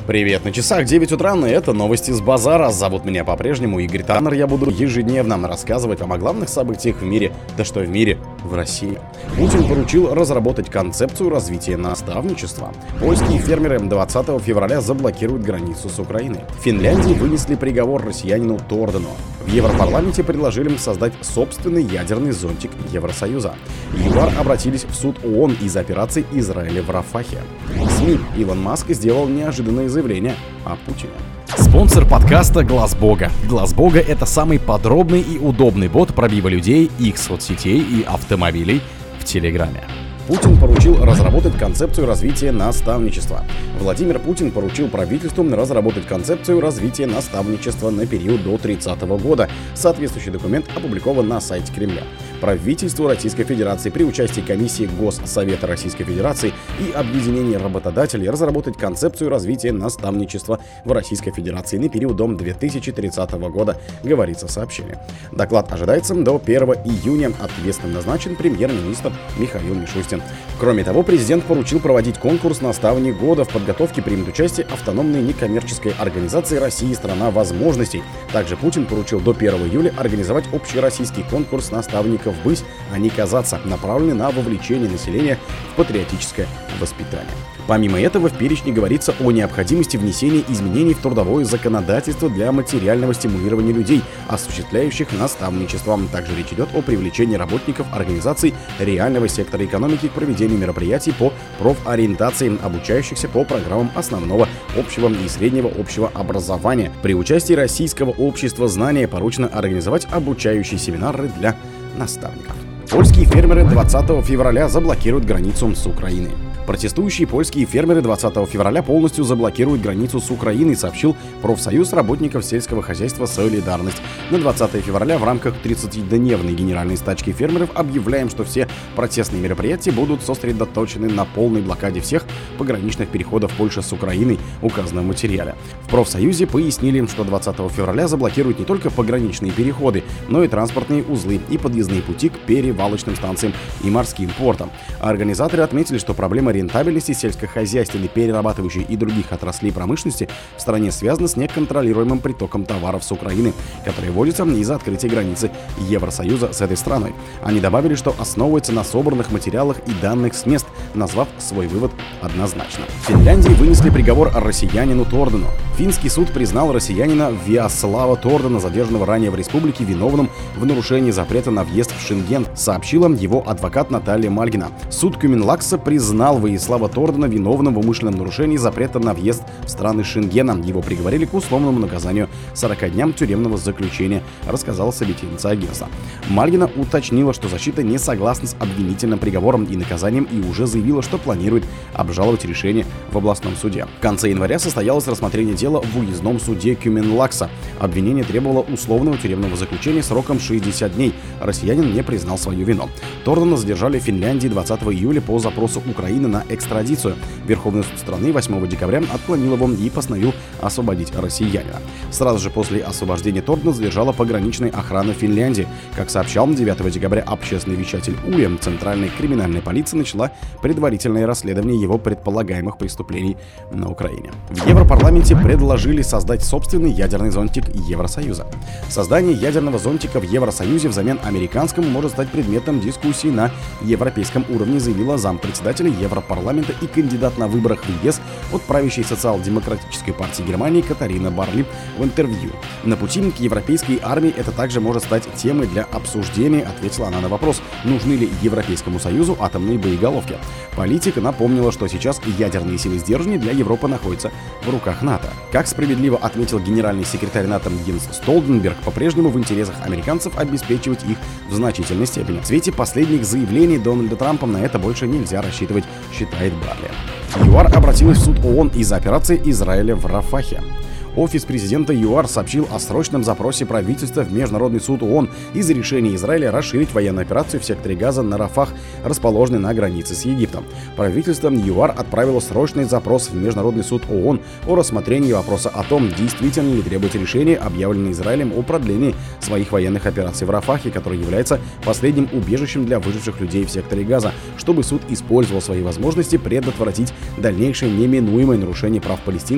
Привет, на часах 9 утра, и это новости с базара. Зовут меня по-прежнему Игорь Таннер. Я буду ежедневно рассказывать вам о главных событиях в мире. Да что в мире, в России. Путин поручил разработать концепцию развития наставничества. Польские фермеры 20 февраля заблокируют границу с Украиной. В Финляндии вынесли приговор россиянину Тордену. В Европарламенте предложили им создать собственный ядерный зонтик Евросоюза. ЮАР обратились в суд ООН из-за операции Израиля в Рафахе. СМИ. Илон Маск сделал неожиданное заявление о Путине. Спонсор подкаста Глаз Бога. Глаз Бога — это самый подробный и удобный бот пробива людей, их соцсетей и автомобилей в Телеграме. Путин поручил разработать концепцию развития наставничества. Владимир Путин поручил правительству разработать концепцию развития наставничества на период до 30 года. Соответствующий документ опубликован на сайте Кремля. Правительству Российской Федерации при участии комиссии Госсовета Российской Федерации и объединения работодателей разработать концепцию развития наставничества в Российской Федерации на период до 2030 года, говорится в сообщении. Доклад ожидается до 1 июня. Ответственным назначен премьер-министр Михаил Мишустин. Кроме того, президент поручил проводить конкурс «Наставник года». В подготовке примет участие автономная некоммерческая организация «Россия – страна возможностей». Также Путин поручил до 1 июля организовать общероссийский конкурс «Наставников быть, а не казаться», направленный на вовлечение населения в патриотическое воспитание. Помимо этого, в перечне говорится о необходимости внесения изменений в трудовое законодательство для материального стимулирования людей, осуществляющих наставничество. Также речь идет о привлечении работников организаций реального сектора экономики к проведению мероприятий по профориентации, обучающихся по программам основного, общего и среднего общего образования. При участии Российского общества знания поручено организовать обучающие семинары для наставников. Польские фермеры 20 февраля заблокируют границу с Украиной. Протестующие польские фермеры 20 февраля полностью заблокируют границу с Украиной, сообщил профсоюз работников сельского хозяйства «Солидарность». На 20 февраля в рамках 30-дневной генеральной стачки фермеров объявляем, что все протестные мероприятия будут сосредоточены на полной блокаде всех пограничных переходов Польши с Украиной, указано в материале. В профсоюзе пояснили, что 20 февраля заблокируют не только пограничные переходы, но и транспортные узлы и подъездные пути к перевалочным станциям и морским портам. Организаторы отметили, что проблема рентабельности сельскохозяйственной, перерабатывающей и других отраслей промышленности в стране связана с неконтролируемым притоком товаров с Украины, которые вводятся из-за открытия границы Евросоюза с этой страной. Они добавили, что основывается на собранных материалах и данных с мест, назвав свой вывод однозначно. В Финляндии вынесли приговор россиянину Тордену. Финский суд признал россиянина Виаслава Тордена, задержанного ранее в республике, виновным в нарушении запрета на въезд в Шенген, сообщила его адвокат Наталья Мальгина. Суд Кюменлакса признал Виаслава Тордена виновным в умышленном нарушении запрета на въезд в страны Шенгена. Его приговорили к условному наказанию 40 дням тюремного заключения, рассказала собеседница агентства. Мальгина уточнила, что защита не согласна с обвинительным приговором и наказанием и уже заявила, что планирует обжаловать решение в областном суде. В конце января состоялось рассмотрение дела в уездном суде Кюменлакса. Обвинение требовало условного тюремного заключения сроком 60 дней. Россиянин не признал свою вину. Тордена задержали в Финляндии 20 июля по запросу Украины на экстрадицию. Верховный суд страны 8 декабря отклонил его и постановил освободить россиянина. Сразу же после освобождения Тордена задержала пограничная охрана Финляндии. Как сообщал 9 декабря общественный вещатель УЕ, Центральная криминальная полиция начала предварительное расследование его предполагаемых преступлений на Украине. В Европарламенте предложили создать собственный ядерный зонтик Евросоюза. Создание ядерного зонтика в Евросоюзе взамен американскому может стать предметом дискуссии на европейском уровне, заявила зампредседателя Европарламента и кандидат на выборах в ЕС от правящей социал-демократической партии Германии Катарина Барли в интервью. На пути к европейской армии это также может стать темой для обсуждения, ответила она на вопрос, нужны ли Европейскому Союзу атомные боеголовки. Политика напомнила, что сейчас ядерные силы сдерживания для Европы находятся в руках НАТО. Как справедливо отметил генеральный секретарь НАТО Йенс Столтенберг, по-прежнему в интересах американцев обеспечивать их в значительной степени. В свете последних заявлений Дональда Трампа на это больше нельзя рассчитывать, считает Барли. ЮАР обратилась в суд ООН из-за операции Израиля в Рафахе. Офис президента ЮАР сообщил о срочном запросе правительства в Международный суд ООН из-за решения Израиля расширить военную операцию в секторе Газа на Рафах, расположенный на границе с Египтом. Правительство ЮАР отправило срочный запрос в Международный суд ООН о рассмотрении вопроса о том, действительно ли требуется решение, объявленное Израилем о продлении своих военных операций в Рафахе, который является последним убежищем для выживших людей в секторе Газа, чтобы суд использовал свои возможности предотвратить дальнейшее неминуемое нарушение прав палестинцев в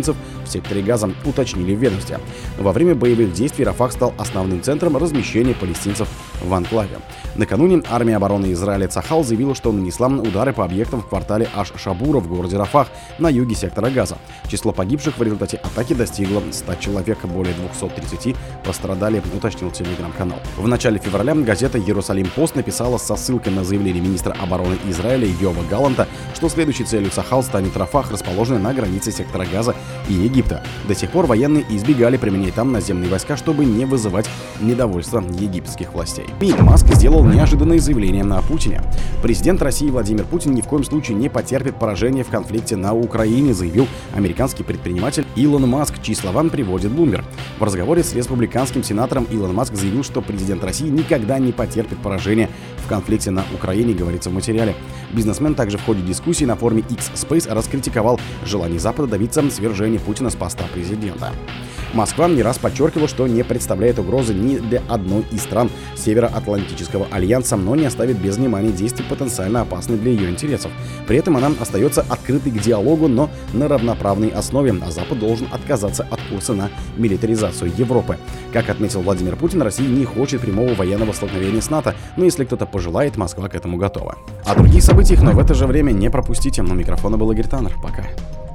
в секторе Газа, уточнили в ведомстве. Во время боевых действий Рафах стал основным центром размещения палестинцев в анклаве. Накануне армия обороны Израиля Цахал заявила, что нанесла удары по объектам в квартале Аш-Шабура в городе Рафах на юге сектора Газа. Число погибших в результате атаки достигло 100 человек, более 230 пострадали, уточнил телеграм-канал. В начале февраля газета «Иерусалим-Пост» написала со ссылкой на заявление министра обороны Израиля Йова Галланта, что следующей целью Цахал станет Рафах, расположенный на границе сектора Газа и Египта. До сих пор военные избегали применять там наземные войска, чтобы не вызывать недовольство египетских властей. И Маск сделал неожиданное заявление на Путине. Президент России Владимир Путин ни в коем случае не потерпит поражение в конфликте на Украине, заявил американский предприниматель Илон Маск, чьи слова приводит Bloomberg. В разговоре с республиканским сенатором Илон Маск заявил, что президент России никогда не потерпит поражение в конфликте на Украине, говорится в материале. Бизнесмен также в ходе дискуссии на форуме X-Space раскритиковал желание Запада добиться свержения Путина с поста президента. Москва не раз подчеркивала, что не представляет угрозы ни для одной из стран Североатлантического альянса, но не оставит без внимания действий, потенциально опасных для ее интересов. При этом она остается открытой к диалогу, но на равноправной основе, а Запад должен отказаться от курса на милитаризацию Европы. Как отметил Владимир Путин, Россия не хочет прямого военного столкновения с НАТО, но если кто-то пожелает, Москва к этому готова. О других событиях, но в это же время не пропустите. У микрофона был Игорь Таннер. Пока.